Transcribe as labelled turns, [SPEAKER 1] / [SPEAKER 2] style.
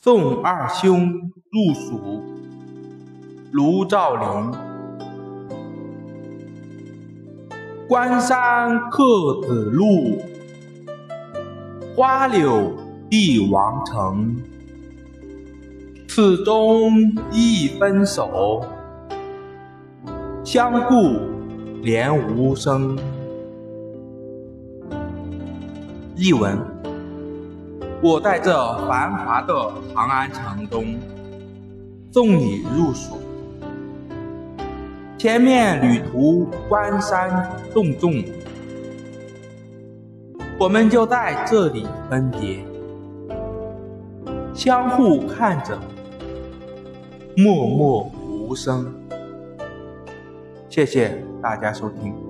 [SPEAKER 1] 送二兄入蜀。卢照邻。关山客子路，花柳帝王城。此中一分手，相顾连无声。译文：我在这繁华的长安城中送你入蜀，前面旅途关山重重，我们就在这里分别，相互看着，默默无声。谢谢大家收听。